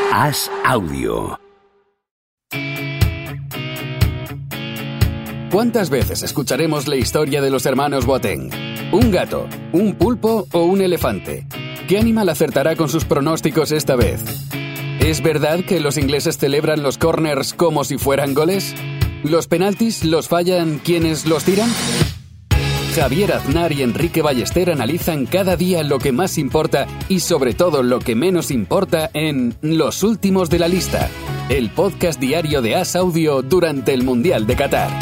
As Audio. ¿Cuántas veces escucharemos la historia de los hermanos Boateng? ¿Un gato, un pulpo o un elefante? ¿Qué animal acertará con sus pronósticos esta vez? ¿Es verdad que los ingleses celebran los corners como si fueran goles? ¿Los penaltis los fallan quienes los tiran? Javier Aznar y Enrique Ballester analizan cada día lo que más importa y sobre todo lo que menos importa en Los Últimos de la Lista, el podcast diario de As Audio durante el Mundial de Qatar.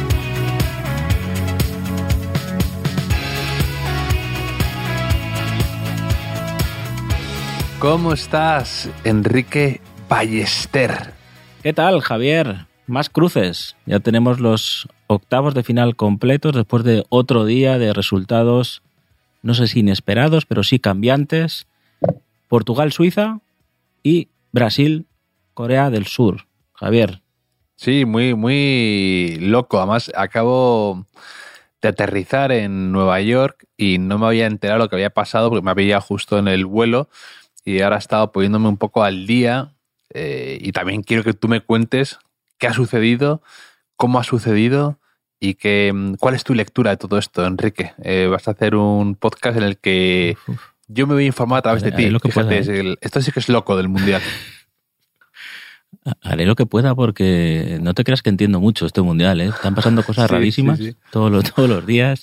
¿Cómo estás, Enrique Ballester? ¿Qué tal, Javier? Más cruces. Ya tenemos los octavos de final completos después de otro día de resultados, no sé si inesperados, pero sí cambiantes. Portugal-Suiza y Brasil-Corea del Sur. Javier. Sí, muy loco. Además, acabo de aterrizar en Nueva York y no me había enterado lo que había pasado porque me había justo en el vuelo y ahora he estado poniéndome un poco al día y también quiero que tú me cuentes qué ha sucedido, cómo ha sucedido y cuál es tu lectura de todo esto, Enrique. Vas a hacer un podcast en el que yo me voy a informar a través de ti. Fíjate, esto sí que es loco del Mundial. Haré lo que pueda porque no te creas que entiendo mucho este Mundial, ¿eh? Están pasando cosas rarísimas sí. Todos los días.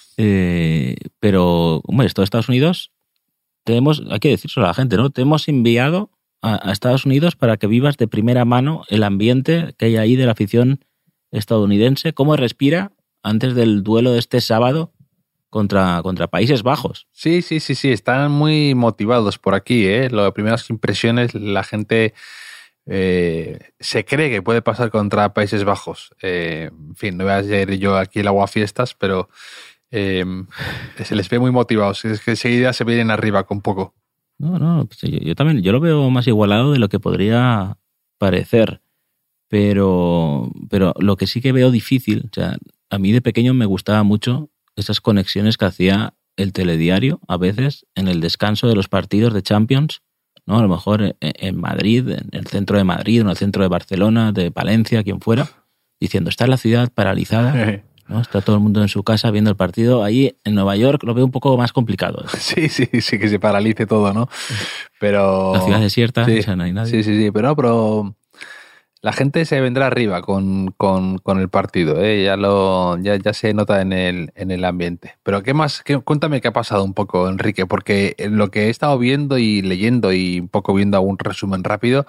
Pero, hombre, esto de Estados Unidos, hay que decírselo a la gente, ¿no? Te hemos enviado a Estados Unidos para que vivas de primera mano el ambiente que hay ahí de la afición estadounidense, cómo respira antes del duelo de este sábado contra Países Bajos. Sí, están muy motivados por aquí, ¿eh? Las primeras impresiones, la gente se cree que puede pasar contra Países Bajos. En fin, no voy a ser yo aquí el aguafiestas, pero se les ve muy motivados. Es que enseguida se vienen arriba con poco. No, pues yo también, yo lo veo más igualado de lo que podría parecer, pero lo que sí que veo difícil, o sea, a mí de pequeño me gustaba mucho esas conexiones que hacía el telediario a veces en el descanso de los partidos de Champions, ¿no? A lo mejor en Madrid, en el centro de Madrid, en el centro de Barcelona, de Valencia, quien fuera, diciendo, está la ciudad paralizada, ¿no? Está todo el mundo en su casa viendo el partido. Ahí en Nueva York lo veo un poco más complicado. Sí, que se paralice todo, ¿no? Pero la ciudad desierta, sí, o sea, no hay nadie. Sí, pero la gente se vendrá arriba con el partido, ¿eh? Ya se nota en el ambiente. Pero ¿qué más? Cuéntame qué ha pasado un poco, Enrique, porque lo que he estado viendo y leyendo y un poco viendo algún resumen rápido,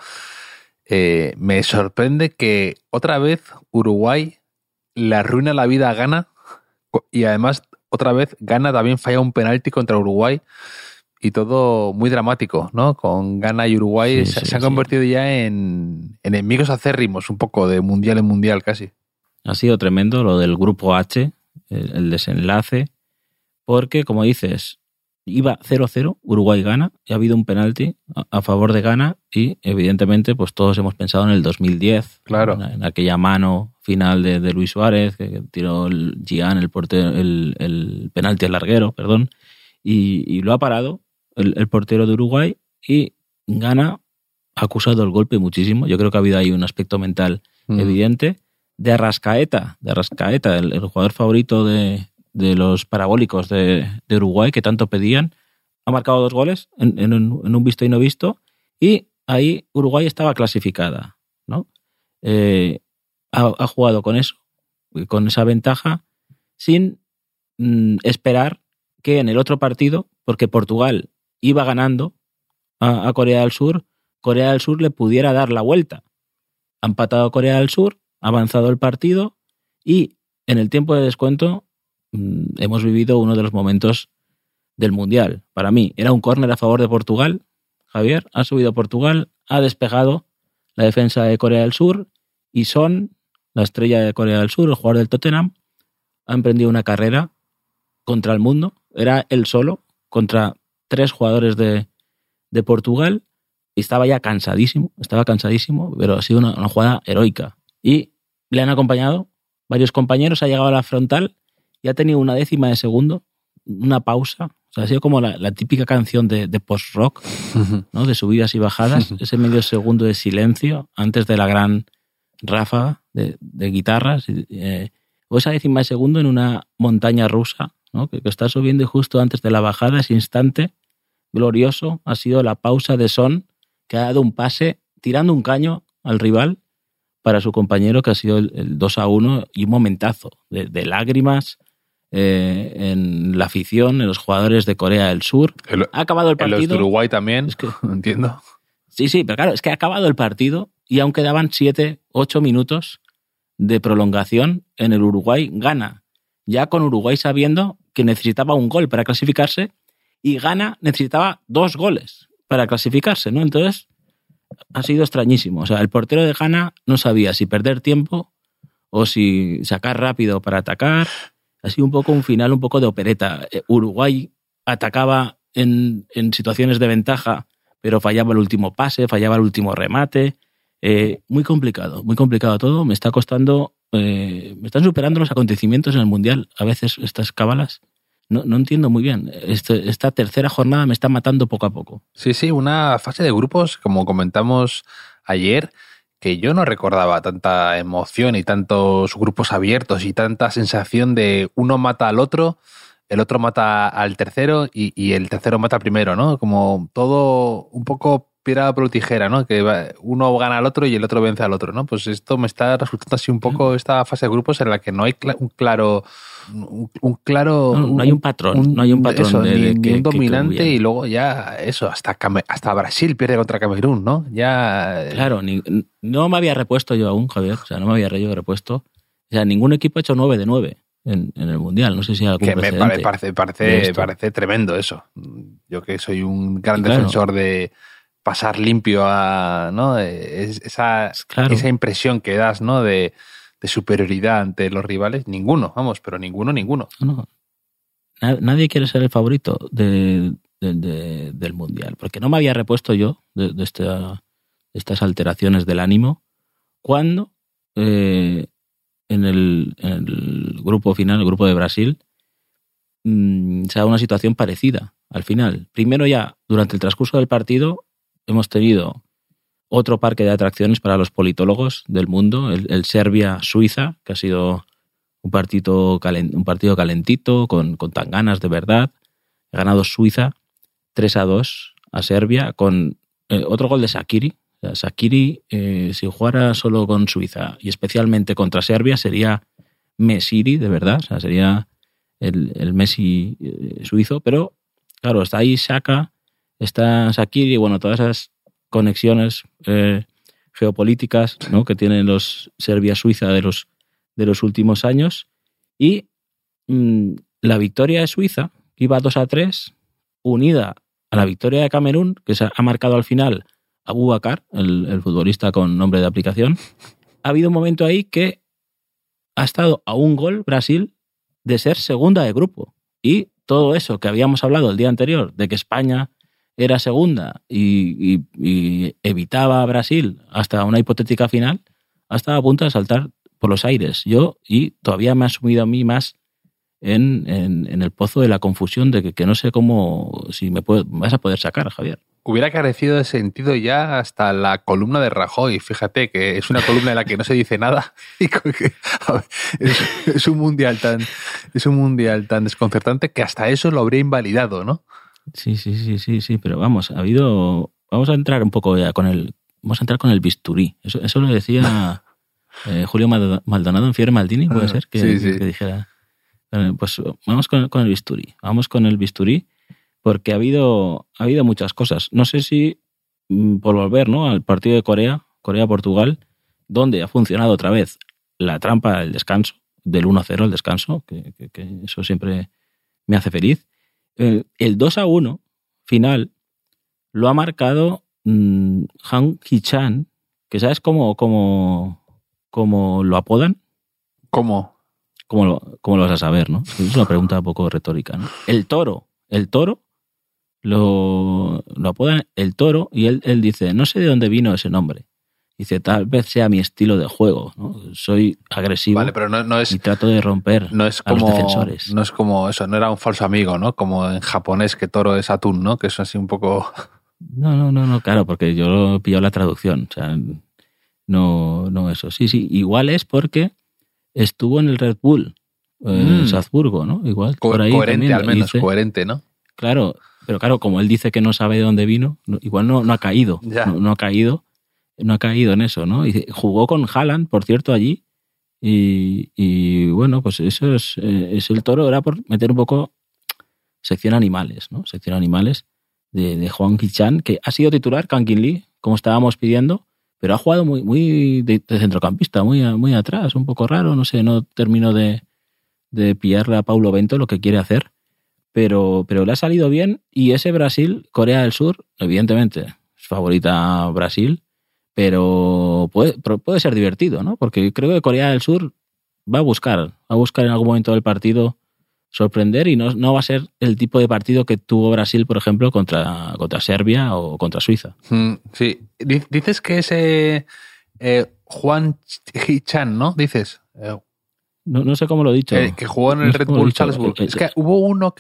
me sorprende que otra vez Uruguay le arruina la vida a Ghana y además otra vez Ghana también falla un penalti contra Uruguay y todo muy dramático, ¿no? Con Ghana y Uruguay se han convertido ya en enemigos acérrimos un poco de mundial en mundial casi. Ha sido tremendo lo del grupo H, el desenlace, porque como dices, iba 0-0 Uruguay-Ghana y ha habido un penalti a favor de Ghana y evidentemente pues todos hemos pensado en el 2010, claro, en aquella mano final de Luis Suárez que tiró el Gian, el penalti al larguero, perdón, y lo ha parado el portero de Uruguay y Ghana ha acusado el golpe muchísimo. Yo creo que ha habido ahí un aspecto mental evidente. De Arrascaeta, el jugador favorito de los parabólicos de Uruguay que tanto pedían, ha marcado 2 goles en un visto y no visto y ahí Uruguay estaba clasificada, ¿no? Ha jugado con eso, con esa ventaja, sin esperar que en el otro partido, porque Portugal iba ganando a Corea del Sur le pudiera dar la vuelta. Ha empatado Corea del Sur, ha avanzado el partido y en el tiempo de descuento hemos vivido uno de los momentos del Mundial. Para mí, era un córner a favor de Portugal. Javier, ha subido Portugal, ha despejado la defensa de Corea del Sur y Son, la estrella de Corea del Sur, el jugador del Tottenham, ha emprendido una carrera contra el mundo. Era él solo contra 3 jugadores de Portugal y estaba cansadísimo, pero ha sido una jugada heroica. Y le han acompañado varios compañeros, ha llegado a la frontal y ha tenido una décima de segundo, una pausa O sea, ha sido como la típica canción de post-rock, ¿no? De subidas y bajadas, ese medio segundo de silencio antes de la gran ráfaga de guitarras, o esa décima de segundo en una montaña rusa, ¿no? Que está subiendo y justo antes de la bajada, ese instante glorioso ha sido la pausa de Son, que ha dado un pase tirando un caño al rival para su compañero, que ha sido el 2-1, y un momentazo de lágrimas en la afición, en los jugadores de Corea del Sur. Ha acabado el partido. En los de Uruguay también, no entiendo. Sí, pero claro, es que ha acabado el partido y aún quedaban 7, 8 minutos de prolongación. En el Uruguay gana, ya con Uruguay sabiendo que necesitaba un gol para clasificarse, y Ghana necesitaba 2 goles para clasificarse, ¿no? Entonces ha sido extrañísimo. O sea, el portero de Ghana no sabía si perder tiempo o si sacar rápido para atacar. Ha sido un poco un final, un poco de opereta. Uruguay atacaba en situaciones de ventaja, pero fallaba el último pase, fallaba el último remate. Muy complicado todo. Me está costando, me están superando los acontecimientos en el Mundial. A veces estas cábalas no entiendo muy bien. Esta tercera jornada me está matando poco a poco. Sí, una fase de grupos, como comentamos ayer, que yo no recordaba tanta emoción y tantos grupos abiertos y tanta sensación de uno mata al otro, el otro mata al tercero y el tercero mata al primero, ¿no? Como todo un poco piedra, papel o tijera, ¿no? Que uno gana al otro y el otro vence al otro, ¿no? Pues esto me está resultando así un poco esta fase de grupos en la que no hay un claro... No hay un patrón, no hay un patrón eso, de ni un dominante, y luego ya eso, hasta Brasil pierde contra Camerún, ¿no? Ya... Claro, no me había repuesto yo aún, Javier, o sea, no me había repuesto. O sea, ningún equipo ha hecho 9 de 9 en el Mundial, no sé si hay algún precedente. Me parece tremendo eso. Yo que soy un gran defensor de pasar limpio a, ¿no? Esa impresión que das, ¿no? De superioridad ante los rivales, ninguno. No. Nadie quiere ser el favorito del Mundial, porque no me había repuesto yo de estas alteraciones del ánimo cuando en el grupo final, el grupo de Brasil, se da una situación parecida al final. Primero, ya durante el transcurso del partido hemos tenido otro parque de atracciones para los politólogos del mundo, el Serbia-Suiza, que ha sido un partido calentito, con tan ganas de verdad. Ha ganado Suiza 3-2 a Serbia con otro gol de Shaqiri. O sea, Shaqiri, si jugara solo con Suiza y especialmente contra Serbia, sería Messi de verdad, o sea, sería el Messi suizo, pero claro, está ahí Xhaka, está Shaqiri, bueno, todas esas conexiones geopolíticas, ¿no? Que tienen los Serbia-Suiza de los últimos años, y la victoria de Suiza, que iba 2-3, unida a la victoria de Camerún, que se ha marcado al final Abubakar, el futbolista con nombre de aplicación. Ha habido un momento ahí que ha estado a un gol Brasil de ser segunda de grupo, y todo eso que habíamos hablado el día anterior, de que España era segunda y evitaba a Brasil hasta una hipotética final, ha estado a punto de saltar por los aires. Y todavía me ha sumido a mí más en el pozo de la confusión de que no sé cómo, si vas a poder sacar, Javier. Hubiera carecido de sentido ya hasta la columna de Rajoy. Fíjate que es una columna en la que no se dice nada. Es un mundial tan desconcertante que hasta eso lo habría invalidado, ¿no? Sí, pero vamos a entrar un poco ya vamos a entrar con el bisturí. Eso lo decía Julio Maldonado en Fiore Maldini, puede ser, que dijera. Pues vamos con el bisturí. Vamos con el bisturí, porque ha habido muchas cosas. No sé si por volver, ¿no?, al partido de Corea-Portugal, donde ha funcionado otra vez la trampa del descanso, del 1-0 al descanso, que eso siempre me hace feliz. El 2-1 final lo ha marcado Han Hee-chan, que ¿sabes cómo lo apodan? ¿Cómo? ¿Cómo lo vas a saber, no? Es una pregunta un poco retórica, ¿no? El toro lo apodan el toro, y él dice, no sé de dónde vino ese nombre. Dice, tal vez sea mi estilo de juego, ¿no? Soy agresivo, Vale, pero no es, y trato de romper no es a los como, defensores. no es como eso, no era un falso amigo, ¿no? Como en japonés que toro es atún, ¿no? Que es así un poco... No, claro, porque yo he pillado la traducción. O sea, no eso. Sí, igual es porque estuvo en el Red Bull, en Salzburgo, ¿no? Igual. Por ahí coherente, también, al menos, dice, coherente, ¿no? Claro, pero claro, como él dice que no sabe de dónde vino, igual no ha caído. Ya. No ha caído en eso, ¿no? Y jugó con Haaland, por cierto, allí. Y bueno, pues eso es el toro. Era por meter un poco sección animales, ¿no? Sección animales de Hwang Hee-chan, que ha sido titular, Kang In Lee, como estábamos pidiendo, pero ha jugado muy de centrocampista, muy atrás, un poco raro, no sé, no termino de pillarle a Paulo Bento lo que quiere hacer, pero le ha salido bien. Y ese Brasil, Corea del Sur, evidentemente es favorita Brasil, pero puede ser divertido, ¿no? Porque creo que Corea del Sur va a buscar en algún momento del partido sorprender, y no va a ser el tipo de partido que tuvo Brasil, por ejemplo, contra Serbia o contra Suiza. Sí. Dices que ese Hwang Hee-chan, ¿no? Dices. No sé cómo lo he dicho. Que jugó en el Red Bull Salzburg. Es que hubo uno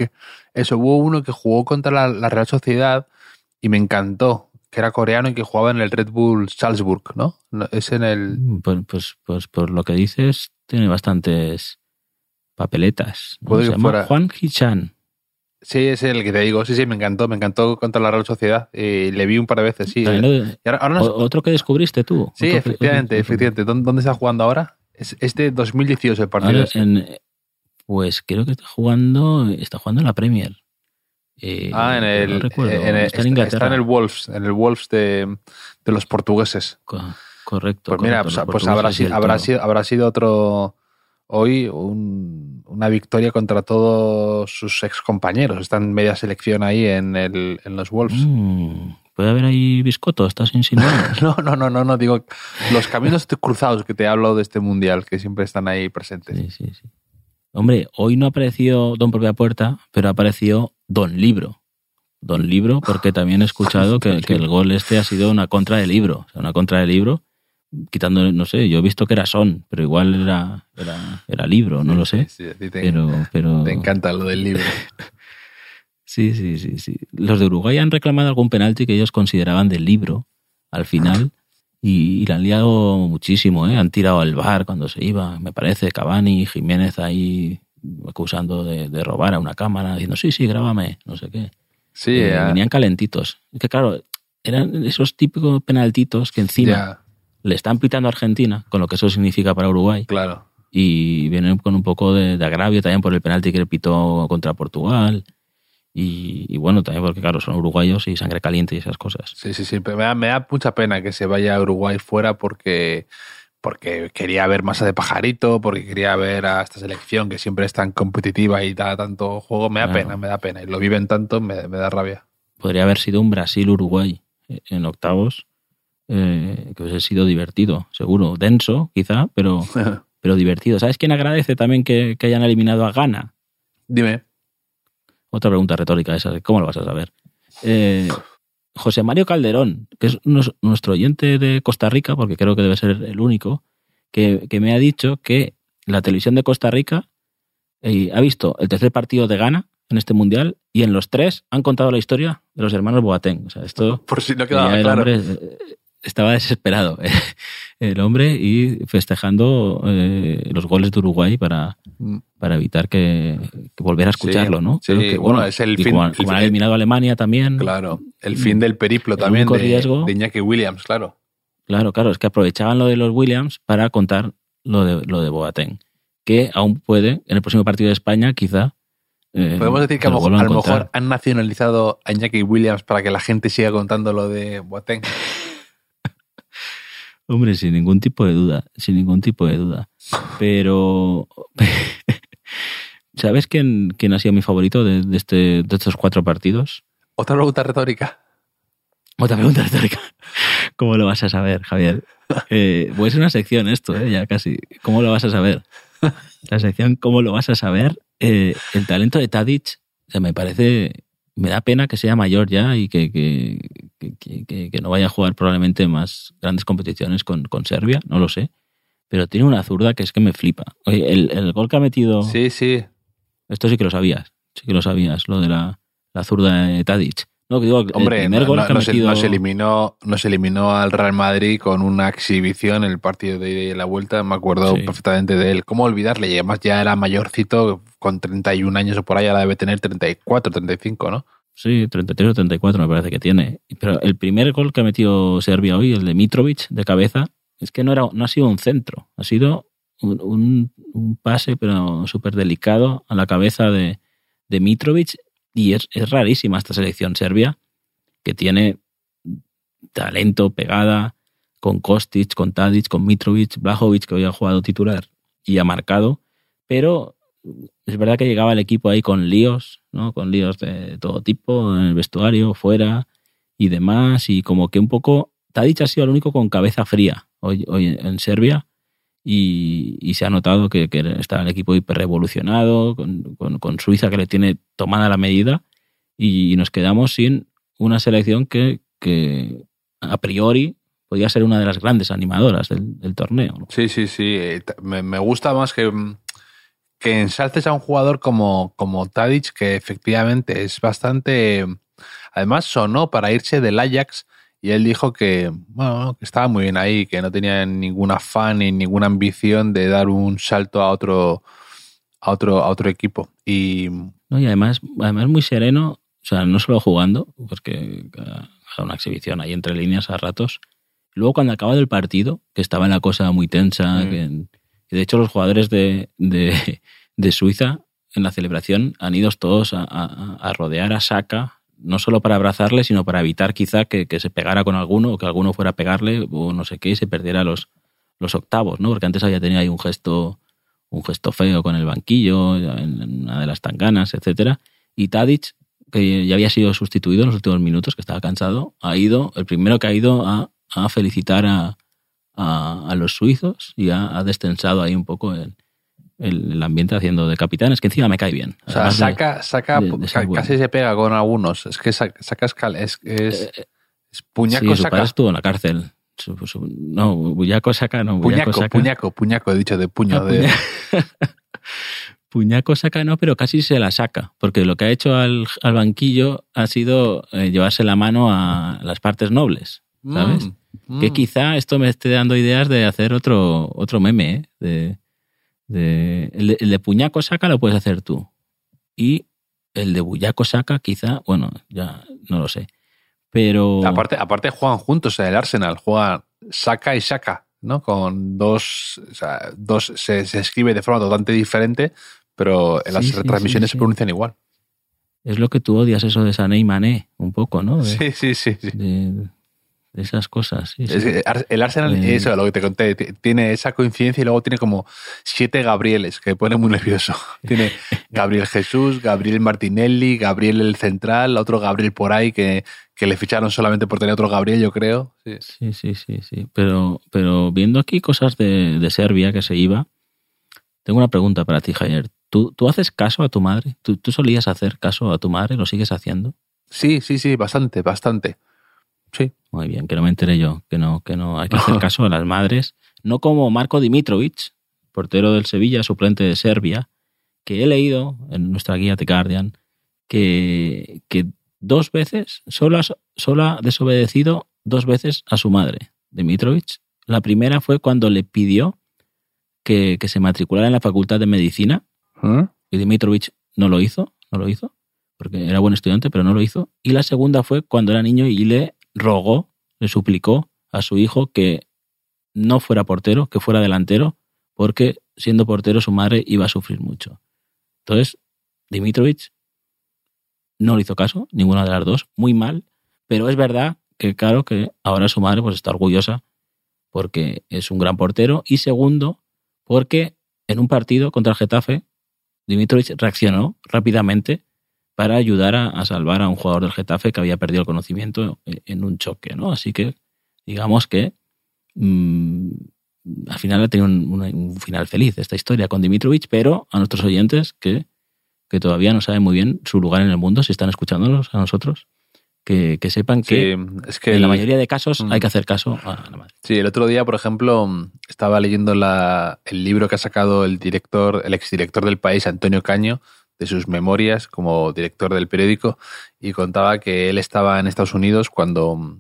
que jugó contra la Real Sociedad y me encantó, que era coreano y que jugaba en el Red Bull Salzburg, ¿no? Es en el... Pues por lo que dices, tiene bastantes papeletas, ¿no? Puede Se que llama fuera... Hwang Hee-chan. Sí, es el que te digo. Sí, me encantó contra la Real Sociedad. Le vi un par de veces, sí. Y ahora no... Otro que descubriste tú. Sí, efectivamente. ¿Dónde está jugando ahora? Es de 2018 el partido. Pues creo que está jugando en la Premier. No recuerdo. Está en Inglaterra. Está en el Wolves de los portugueses. Correcto. Pues mira, pues habrá sido otro hoy una victoria contra todos sus excompañeros. Está en media selección ahí en los Wolves. ¿Puede haber ahí biscoto? ¿Estás insinuando? No, digo los caminos cruzados que te hablo de este mundial, que siempre están ahí presentes. Sí. Hombre, hoy no ha aparecido Don Propia Puerta, pero ha aparecido Don Libro. Don Libro, porque también he escuchado que el gol este ha sido una contra de Libro. O sea, una contra de Libro, quitando, no sé, yo he visto que era Son, pero igual era Libro, no lo sé. Sí, pero te encanta lo del Libro. Sí. Los de Uruguay han reclamado algún penalti que ellos consideraban del Libro al final, y la han liado muchísimo, ¿eh? Han tirado al VAR cuando se iba, me parece, Cavani, Jiménez ahí acusando de robar a una cámara, diciendo sí, grábame, no sé qué. Sí, venían calentitos. Es que claro, eran esos típicos penaltitos que encima le están pitando a Argentina, con lo que eso significa para Uruguay. Claro. Y vienen con un poco de agravio también por el penalti que le pitó contra Portugal. Y bueno, también porque, claro, son uruguayos y sangre caliente y esas cosas. Sí, pero me da mucha pena que se vaya a Uruguay fuera porque quería ver más a De Pajarito, porque quería ver a esta selección que siempre es tan competitiva y da tanto juego. Me da pena. Y lo viven tanto, me da rabia. Podría haber sido un Brasil-Uruguay en octavos, que hubiese sido divertido, seguro. Denso, quizá, pero divertido. ¿Sabes quién agradece también que hayan eliminado a Ghana? Dime. Otra pregunta retórica esa, ¿cómo lo vas a saber? José Mario Calderón, que es nuestro oyente de Costa Rica, porque creo que debe ser el único, que me ha dicho que la televisión de Costa Rica ha visto el tercer partido de Ghana en este mundial, y en los 3 han contado la historia de los hermanos Boateng. O sea, esto... Por si no quedaba claro. Hombre, estaba desesperado el hombre, y festejando los goles de Uruguay para evitar que volviera a escucharlo, ¿no? Sí, que, bueno, es el fin. Como han eliminado a Alemania también. Claro, el fin del periplo también de Iñaki Williams, claro. Claro, es que aprovechaban lo de los Williams para contar lo de Boateng, que aún puede, en el próximo partido de España, quizá... Podemos decir que a lo mejor han nacionalizado a Iñaki Williams para que la gente siga contando lo de Boateng. Hombre, sin ningún tipo de duda. Pero... ¿Sabes quién ha sido mi favorito de estos 4 partidos? Otra pregunta retórica. ¿Cómo lo vas a saber, Javier? Pues es una sección esto, ya casi. ¿Cómo lo vas a saber? La sección ¿Cómo lo vas a saber? El talento de Tadic, me da pena que sea mayor ya y que que no vaya a jugar probablemente más grandes competiciones con Serbia, no lo sé, pero tiene una zurda que es que me flipa. Oye, el gol que ha metido... Sí, sí. Esto sí que lo sabías, lo de la zurda de Tadic. No, que digo, hombre, el primer gol que ha metido... nos eliminó al Real Madrid con una exhibición en el partido de ida y la vuelta. Me acuerdo perfectamente de él. ¿Cómo olvidarle? Y además ya era mayorcito, con 31 años o por ahí, ahora debe tener 34, 35, ¿no? Sí, 33 o 34 me parece que tiene. Pero el primer gol que ha metido Serbia hoy, el de Mitrovic, de cabeza, es que no ha sido un centro, ha sido un pase, pero súper delicado a la cabeza de Mitrovic. Y es rarísima esta selección serbia, que tiene talento, pegada, con Kostic, con Tadic, con Mitrovic, Vlahovic, que hoy ha jugado titular y ha marcado, pero es verdad que llegaba el equipo ahí con líos, ¿no? Con líos de todo tipo, en el vestuario, fuera y demás, y como que un poco Tadic ha sido el único con cabeza fría hoy en Serbia, y se ha notado que está el equipo hiperrevolucionado, con Suiza que le tiene tomada la medida, y nos quedamos sin una selección que a priori podía ser una de las grandes animadoras del torneo, ¿no? Sí. Me gusta más que ensalces a un jugador como Tadic, que efectivamente es bastante... Además sonó para irse del Ajax, y él dijo que estaba muy bien ahí, que no tenía ningún afán ni ninguna ambición de dar un salto a otro equipo. Y además muy sereno, o sea, no solo jugando, porque a una exhibición ahí entre líneas a ratos. Luego cuando acabado el partido, que estaba la cosa muy tensa, que de hecho los jugadores de Suiza en la celebración han ido todos a rodear a Saka, no solo para abrazarle, sino para evitar quizá que se pegara con alguno, o que alguno fuera a pegarle, o no sé qué, y se perdiera los octavos, ¿no? Porque antes había tenido ahí un gesto feo con el banquillo, en una de las tanganas, etcétera. Y Tadic, que ya había sido sustituido en los últimos minutos, que estaba cansado, el primero que ha ido a felicitar a los suizos, y ha destensado ahí un poco el ambiente haciendo de capitán. Es que encima me cae bien. O sea, Saka casi se pega con algunos. Es que Saka es puñaco. Sí, su padre estuvo en la cárcel. No, Buñaco Saka no. Puñaco, he dicho de puño. Puñaco Saka no, pero casi se la saca. Porque lo que ha hecho al banquillo ha sido llevarse la mano a las partes nobles, ¿sabes? Que quizá esto me esté dando ideas de hacer otro meme, el de Puñaco Saka lo puedes hacer tú. Y el de Buñaco Saka quizá, bueno, ya no lo sé. Pero... Aparte juegan juntos en el Arsenal, juegan Saka y Saka, ¿no? Con dos se escribe de forma totalmente diferente, pero en las retransmisiones se pronuncian igual. Es lo que tú odias, eso de Sané y Mané, un poco, ¿no? Sí. De esas cosas. Sí. El Arsenal, eso, lo que te conté, tiene esa coincidencia, y luego tiene como 7 Gabrieles, que me pone muy nervioso. Tiene Gabriel Jesús, Gabriel Martinelli, Gabriel el central, otro Gabriel por ahí que le ficharon solamente por tener otro Gabriel, yo creo. Sí. Pero viendo aquí cosas de Serbia que se iba, tengo una pregunta para ti, Javier. ¿Tú haces caso a tu madre? ¿Tú solías hacer caso a tu madre? ¿Lo sigues haciendo? Sí, bastante. Sí. Muy bien, que no me enteré yo, que no hay que hacer caso a las madres. No como Marko Dimitrovic, portero del Sevilla, suplente de Serbia, que he leído en nuestra guía The Guardian que 2 veces, solo ha desobedecido 2 veces a su madre, Dimitrovic. La primera fue cuando le pidió que se matriculara en la Facultad de Medicina, y Dimitrovic no lo hizo, porque era buen estudiante, pero no lo hizo. Y la segunda fue cuando era niño y le suplicó a su hijo que no fuera portero, que fuera delantero, porque siendo portero su madre iba a sufrir mucho. Entonces, Dimitrovic no le hizo caso, ninguna de las dos, muy mal, pero es verdad que claro que ahora su madre pues está orgullosa porque es un gran portero, y segundo, porque en un partido contra el Getafe, Dimitrovic reaccionó rápidamente para ayudar a salvar a un jugador del Getafe que había perdido el conocimiento en un choque, ¿no? Así que digamos que al final ha tenido un final feliz esta historia con Dimitrovic, pero a nuestros oyentes que todavía no saben muy bien su lugar en el mundo, si están escuchándonos a nosotros, que sepan que, es que en la mayoría de casos hay que hacer caso a la madre. Sí, el otro día, por ejemplo, estaba leyendo el libro que ha sacado el exdirector del País, Antonio Caño, de sus memorias como director del periódico, y contaba que él estaba en Estados Unidos cuando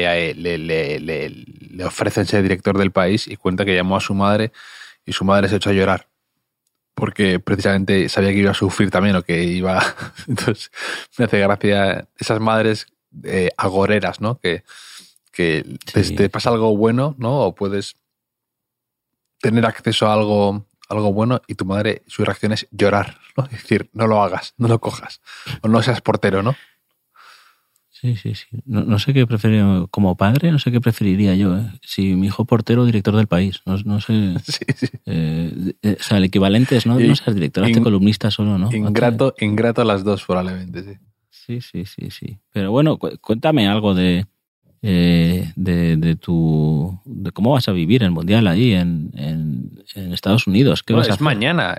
le ofrecen ser director del País, y cuenta que llamó a su madre y su madre se echó a llorar porque precisamente sabía que iba a sufrir también o que iba... Entonces me hace gracia esas madres agoreras, ¿no? Que te pasa algo bueno, ¿no? O puedes tener acceso a algo bueno y tu madre, su reacción es llorar, ¿no? Es decir, no lo hagas, no lo cojas, o no seas portero, ¿no? Sí. No sé qué prefiero como padre, no sé qué preferiría yo. Si mi hijo portero o director del País. No sé. Sí. O sea, el equivalente es no ser director, hazte columnista solo, ¿no? Ingrato a las dos, probablemente, sí. Sí. Pero bueno, cuéntame algo de cómo vas a vivir el Mundial ahí en Estados Unidos. ¿Qué vas a hacer? Mañana.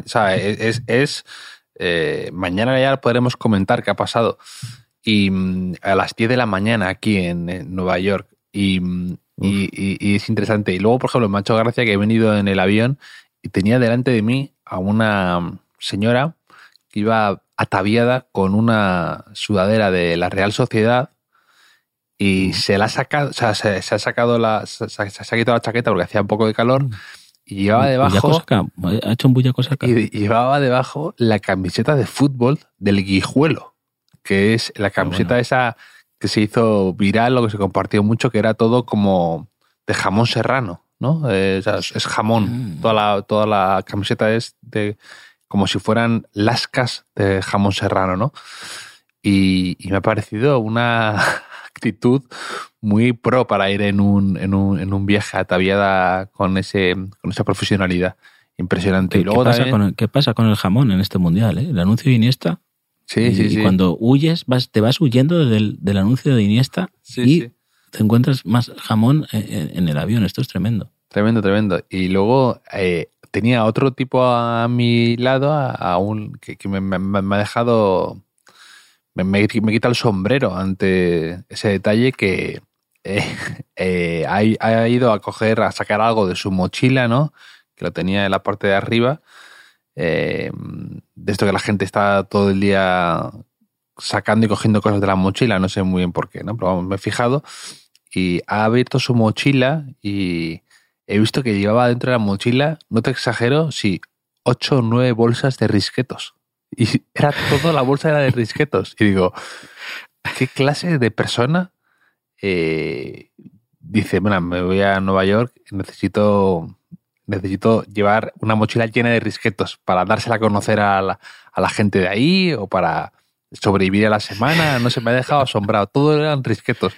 Mañana ya podremos comentar qué ha pasado. Y a las 10 de la mañana aquí en Nueva York. Y es interesante. Y luego, por ejemplo, me ha hecho gracia que he venido en el avión y tenía delante de mí a una señora que iba ataviada con una sudadera de la Real Sociedad y se la ha sacado, o sea, se ha quitado la chaqueta porque hacía un poco de calor y llevaba debajo... Ha hecho un bullaco saca. Y llevaba debajo la camiseta de fútbol del Guijuelo, que es la camiseta esa que se hizo viral o que se compartió mucho, que era todo como de jamón serrano, ¿no? Es jamón. Toda la camiseta es de como si fueran lascas de jamón serrano, ¿no? Y me ha parecido una actitud muy pro para ir en un viaje ataviada con esa profesionalidad. Impresionante. Y luego ¿Qué pasa con el jamón en este Mundial? El anuncio de Iniesta. Sí. Cuando huyes, te vas huyendo del anuncio de Iniesta y te encuentras más jamón en el avión. Esto es tremendo. Tremendo. Y luego tenía otro tipo a mi lado, que me ha dejado... Me quita el sombrero ante ese detalle que ha ido a sacar algo de su mochila, ¿no? Que lo tenía en la parte de arriba. De esto que la gente está todo el día sacando y cogiendo cosas de la mochila, no sé muy bien por qué, ¿no? Pero vamos, me he fijado y ha abierto su mochila y he visto que llevaba dentro de la mochila, no te exagero, 8 o 9 bolsas de risquetos. Y toda la bolsa era de risquetos. Y digo, ¿qué clase de persona dice, bueno, me voy a Nueva York, necesito llevar una mochila llena de risquetos para dársela a conocer a la gente de ahí o para sobrevivir a la semana? No sé, me ha dejado asombrado. Todo eran risquetos.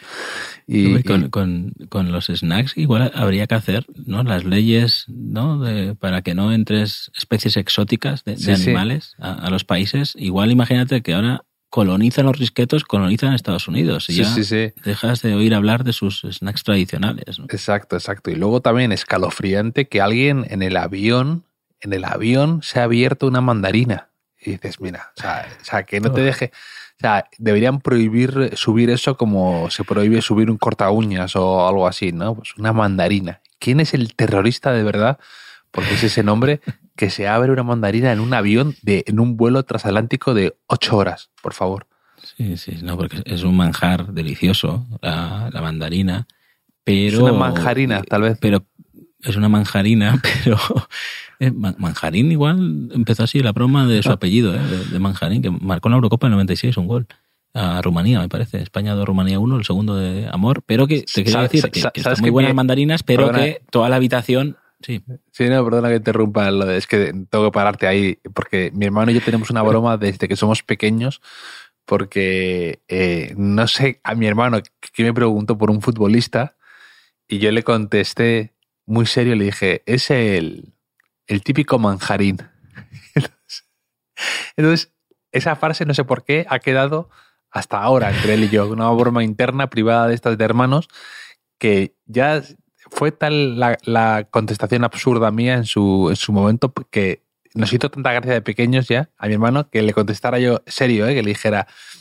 Con los snacks igual habría que hacer, ¿no? Las leyes, ¿no? Para que no entres especies exóticas de animales a los países. Igual imagínate que ahora colonizan los risquetos, colonizan Estados Unidos y dejas de oír hablar de sus snacks tradicionales, ¿no? Exacto. Y luego también escalofriante que alguien en el avión se ha abierto una mandarina. Y dices, mira, o sea, que no te deje... O sea, deberían prohibir subir eso como se prohíbe subir un corta uñas o algo así, ¿no? Pues una mandarina. ¿Quién es el terrorista de verdad? Porque es ese nombre que se abre una mandarina en un avión en un vuelo transatlántico de 8 horas, por favor. Sí, no, porque es un manjar delicioso, la mandarina, pero... Es una manjarina, tal vez. Pero es una manjarina, pero... Manjarín igual empezó así la broma de su apellido, de Manjarín, que marcó en la Eurocopa en el 96 un gol a Rumanía, me parece. España 2, Rumanía 1, el segundo de Amor. Pero que te quiero decir que están muy buenas mandarinas, pero que toda la habitación... Sí, no, perdona que interrumpa. Es que tengo que pararte ahí, porque mi hermano y yo tenemos una broma desde que somos pequeños, porque no sé, a mi hermano que me preguntó por un futbolista y yo le contesté muy serio, le dije, es el típico manjarín. Entonces, esa frase, no sé por qué, ha quedado hasta ahora entre él y yo, una broma interna, privada de estas de hermanos, que ya fue tal la contestación absurda mía en su momento que nos hizo tanta gracia de pequeños ya a mi hermano que le contestara yo serio, que le dijera,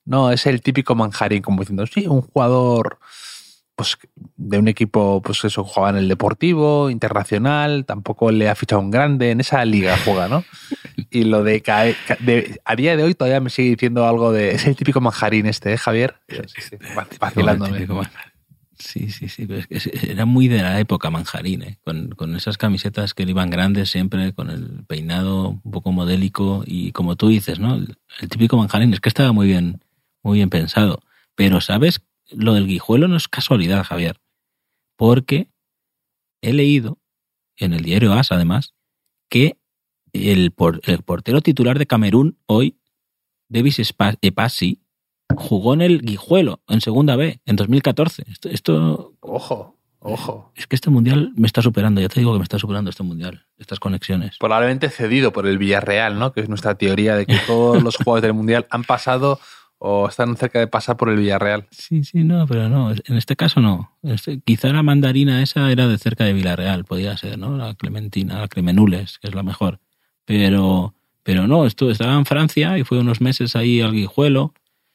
No, es el típico manjarín, como diciendo, sí, un jugador pues de un equipo, pues eso, jugaba en el Deportivo, internacional, tampoco le ha fichado un grande, en esa liga juega, ¿no? Y lo de a día de hoy todavía me sigue diciendo algo de, es el típico manjarín este, ¿eh, Javier? Sí, vacilándome. Sí, pero es que era muy de la época manjarín, ¿eh? Con esas camisetas que le iban grandes siempre, con el peinado un poco modélico y como tú dices, ¿no? El típico manjarín, es que estaba muy bien pensado. Pero, ¿sabes? Lo del Guijuelo no es casualidad, Javier, porque he leído en el diario AS, además, que el portero titular de Camerún hoy, Davis Epassi, jugó en el Guijuelo, en Segunda B, en 2014. Esto Ojo. Es que este mundial me está superando, ya te digo que me está superando este mundial, estas conexiones. Probablemente cedido por el Villarreal, ¿no? Que es nuestra teoría de que todos los jugadores del mundial han pasado o están cerca de pasar por el Villarreal. Sí, no, pero no, en este caso no. Quizá la mandarina esa era de cerca de Villarreal, podía ser, ¿no? La Clementina, la Cremenules, que es la mejor. Pero no, estaba en Francia y fue unos meses ahí al Guijuelo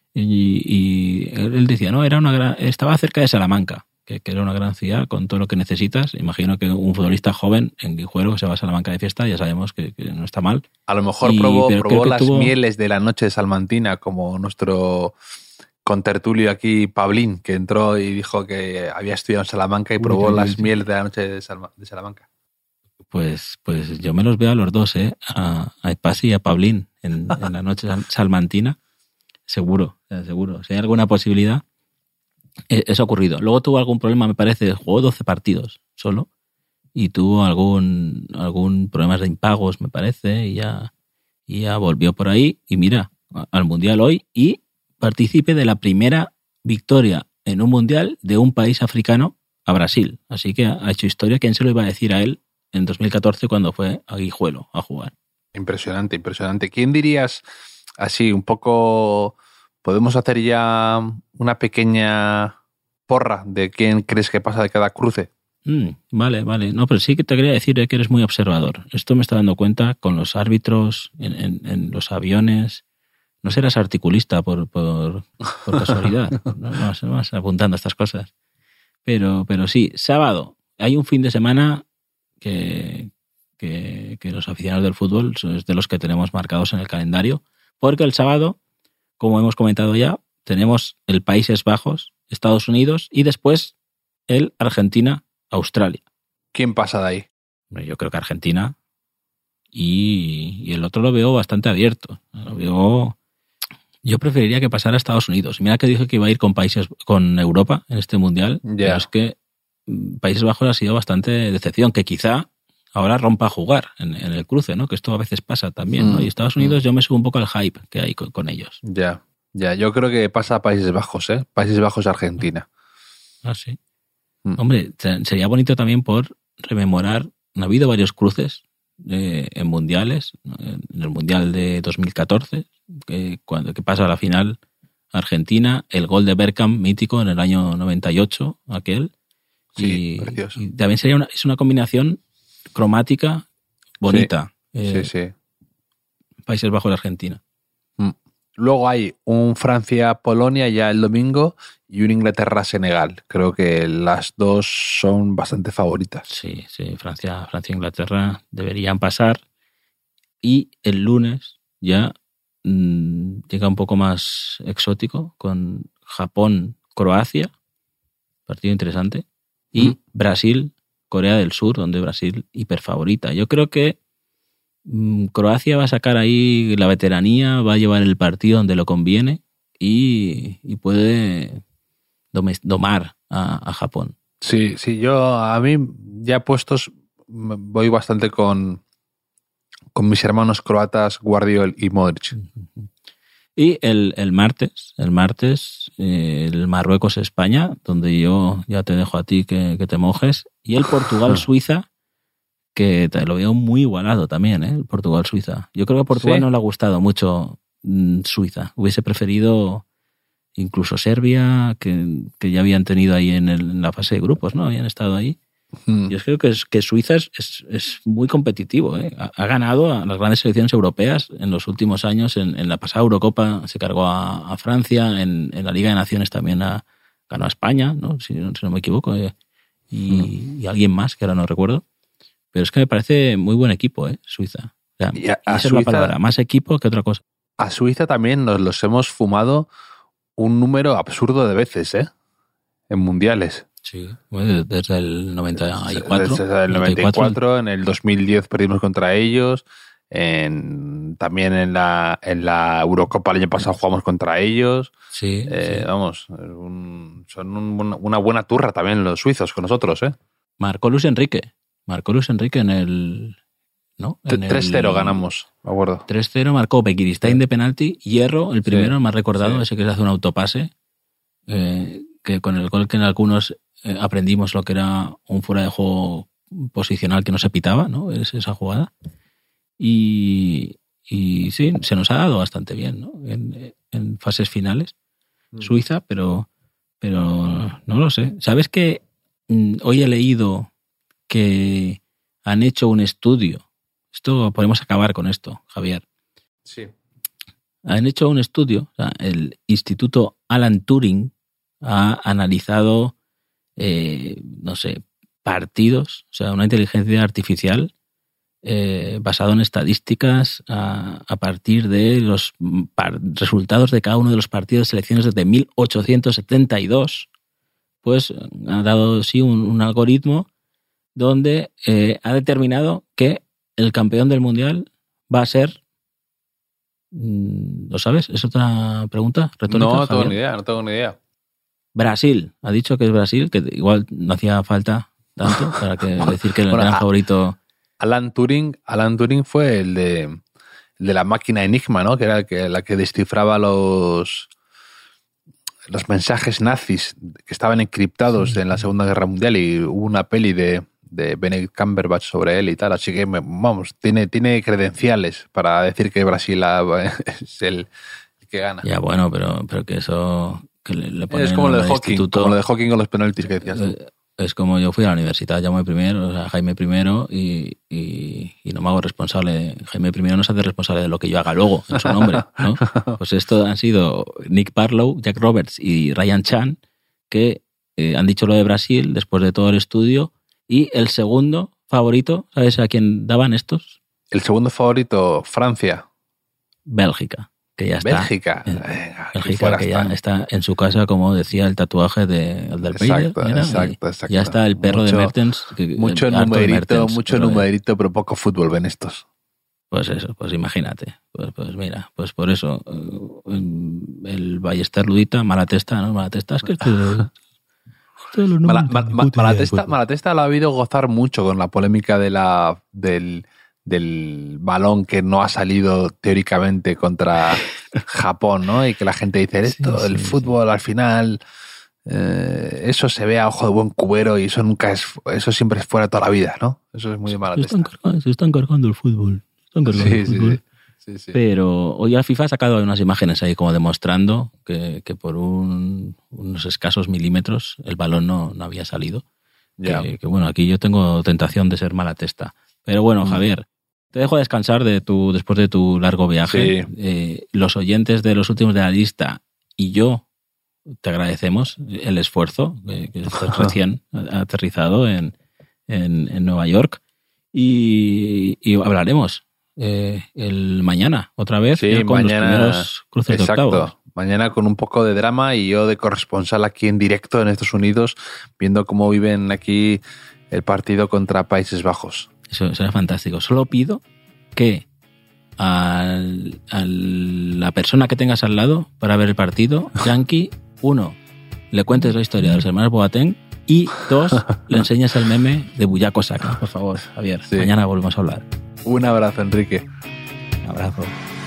y él decía, no, estaba cerca de Salamanca, que era una gran ciudad con todo lo que necesitas. Imagino que un futbolista joven en Guijuelo que se va a Salamanca de fiesta, ya sabemos que no está mal. A lo mejor probó las mieles de la noche de Salmantina, como nuestro contertulio aquí, Pablín, que entró y dijo que había estudiado en Salamanca y probó las mieles de la noche de Salamanca. Pues yo me los veo a los dos, a Epassi y a Pablín en la noche salmantina. Seguro. Si hay alguna posibilidad, eso ha ocurrido. Luego tuvo algún problema, me parece, jugó 12 partidos solo y tuvo algún problemas de impagos, me parece, y ya volvió por ahí y mira, al Mundial hoy y partícipe de la primera victoria en un Mundial de un país africano a Brasil. Así que ha hecho historia. ¿Quién se lo iba a decir a él en 2014 cuando fue a Guijuelo a jugar? Impresionante. ¿Quién dirías, así un poco, podemos hacer ya una pequeña porra de quién crees que pasa de cada cruce? Vale. No, pero sí que te quería decir que eres muy observador. Esto me está dando cuenta con los árbitros en los aviones. No serás articulista por casualidad. No vas apuntando estas cosas. Pero sí, sábado. Hay un fin de semana que los aficionados del fútbol es de los que tenemos marcados en el calendario, porque el sábado, como hemos comentado ya, tenemos el Países Bajos, Estados Unidos y después el Argentina-Australia. ¿Quién pasa de ahí? Yo creo que Argentina y el otro lo veo bastante abierto. Yo preferiría que pasara a Estados Unidos. Mira que dije que iba a ir con Europa en este mundial, pero es que Países Bajos ha sido bastante decepción, que quizá ahora rompa a jugar en el cruce, ¿no? Que esto a veces pasa también, ¿no? Y Estados Unidos yo me subo un poco al hype que hay con ellos. Ya, yo creo que pasa a Países Bajos, ¿eh? Países Bajos, Argentina. Ah, sí. Hombre, sería bonito también por rememorar, ha habido varios cruces en mundiales, en el Mundial de 2014, que pasa a la final Argentina, el gol de Bergkamp mítico en el año 98, aquel. Sí, precioso. Y también es una combinación cromática bonita. Sí. Países Bajos y Argentina. Luego hay un Francia-Polonia ya el domingo y un Inglaterra-Senegal. Creo que las dos son bastante favoritas. Sí, Francia e Inglaterra deberían pasar. Y el lunes ya llega un poco más exótico con Japón-Croacia, partido interesante, y Brasil-Corea del Sur, donde Brasil hiperfavorita. Yo creo que Croacia va a sacar ahí la veteranía, va a llevar el partido donde lo conviene y puede domar a Japón. Sí, yo a mí ya puestos voy bastante con mis hermanos croatas Guardiol y Modric. Y el martes, el Marruecos-España, donde yo ya te dejo a ti que te mojes, y el Portugal-Suiza, que lo veo muy igualado también, el Portugal-Suiza. Yo creo que a Portugal no le ha gustado mucho Suiza. Hubiese preferido incluso Serbia, que ya habían tenido ahí en la fase de grupos, ¿no? Habían estado ahí. Yo creo que Suiza es muy competitivo, ¿eh? Ha ganado a las grandes selecciones europeas en los últimos años. En la pasada Eurocopa se cargó a Francia, en la Liga de Naciones también ganó a España, ¿no? Si no me equivoco, y alguien más, que ahora no recuerdo. Pero es que me parece muy buen equipo, Suiza. O sea, Y a esa es Suiza, la palabra, más equipo que otra cosa. A Suiza también nos los hemos fumado un número absurdo de veces, en mundiales. Sí, bueno, desde el 94. Desde el 94, en el 2010 perdimos contra ellos, también en la Eurocopa el año pasado jugamos contra ellos. Sí, sí. Vamos, son una buena turra también los suizos con nosotros, Marcó Luis Enrique en el... ¿no? 3-0 ganamos, me acuerdo. 3-0 marcó Begiristain de penalti, Hierro, el primero, el más recordado, ese que se hace un autopase, que con el gol que en algunos aprendimos lo que era un fuera de juego posicional que no se pitaba, ¿no? Es esa jugada. Y sí, se nos ha dado bastante bien, ¿no? En fases finales. Suiza, pero no lo sé. ¿Sabes que hoy he leído que han hecho un estudio? Esto podemos acabar con esto, Javier. Sí. Han hecho un estudio, o sea, el Instituto Alan Turing ha analizado, no sé, partidos, o sea, una inteligencia artificial basado en estadísticas a partir de los resultados de cada uno de los partidos de selecciones desde 1872, pues ha dado sí un algoritmo donde ha determinado que el campeón del mundial va a ser... ¿Lo sabes? ¿Es otra pregunta retórica? No tengo ni idea. Brasil. Ha dicho que es Brasil, que igual no hacía falta tanto para decir que el gran favorito... Alan Turing fue el de la máquina Enigma, ¿no? Que era la que descifraba los mensajes nazis que estaban encriptados en la Segunda Guerra Mundial, y hubo una peli de Benedict Cumberbatch sobre él y tal, así que vamos, tiene credenciales para decir que Brasil es el que gana. Ya, bueno, pero que eso que le ponen es como lo de Hawking, instituto, como lo de Hawking con los penaltis que decías. Es como yo fui a la universidad, llamo primero, o sea, Jaime I, y no me hago responsable. Jaime I no se hace responsable de lo que yo haga luego en su nombre, ¿no? Pues esto han sido Nick Barlow, Jack Roberts y Ryan Chan, que han dicho lo de Brasil después de todo el estudio. Y el segundo favorito, ¿sabes a quién daban estos? El segundo favorito, Francia. Bélgica, que ya está. Bélgica, que ya está en su casa, como decía el tatuaje del Peire. Exacto. Ya está el perro de Mertens. Mucho numerito, pero poco fútbol ven estos. Pues eso, pues imagínate. Pues mira, pues por eso el Ballester Ludita, Malatesta, ¿no? Malatesta es que... Malatesta lo ha habido gozar mucho con la polémica del balón que no ha salido teóricamente contra Japón, ¿no? Y que la gente dice esto, el fútbol al final, eso se ve a ojo de buen cubero y eso siempre es fuera toda la vida, ¿no? Eso es muy de Malatesta. Se están cargando el fútbol. Sí. Pero hoy la FIFA ha sacado unas imágenes ahí como demostrando que por unos escasos milímetros el balón no había salido. Que bueno, aquí yo tengo tentación de ser Malatesta. Pero bueno, Javier, te dejo descansar después de tu largo viaje. Sí. Los oyentes de los últimos de la lista y yo te agradecemos el esfuerzo, que estás recién aterrizado en Nueva York, y hablaremos el mañana otra vez, con mañana, los primeros cruces de octavos. Mañana con un poco de drama y yo de corresponsal aquí en directo en Estados Unidos, viendo cómo viven aquí el partido contra Países Bajos. Eso será fantástico. Solo pido que a la persona que tengas al lado para ver el partido, Yankee, 1, le cuentes la historia de los hermanos Boateng, y 2, le enseñes el meme de Buyaco Saka, por favor, Javier. Sí. Mañana volvemos a hablar. Un abrazo, Enrique. Un abrazo.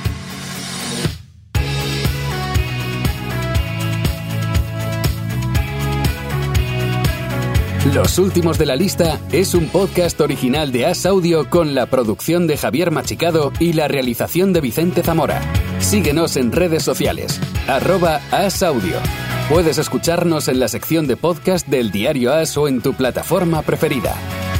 Los últimos de la lista es un podcast original de As Audio con la producción de Javier Machicado y la realización de Vicente Zamora. Síguenos en redes sociales. @As Audio. Puedes escucharnos en la sección de podcast del Diario AS o en tu plataforma preferida.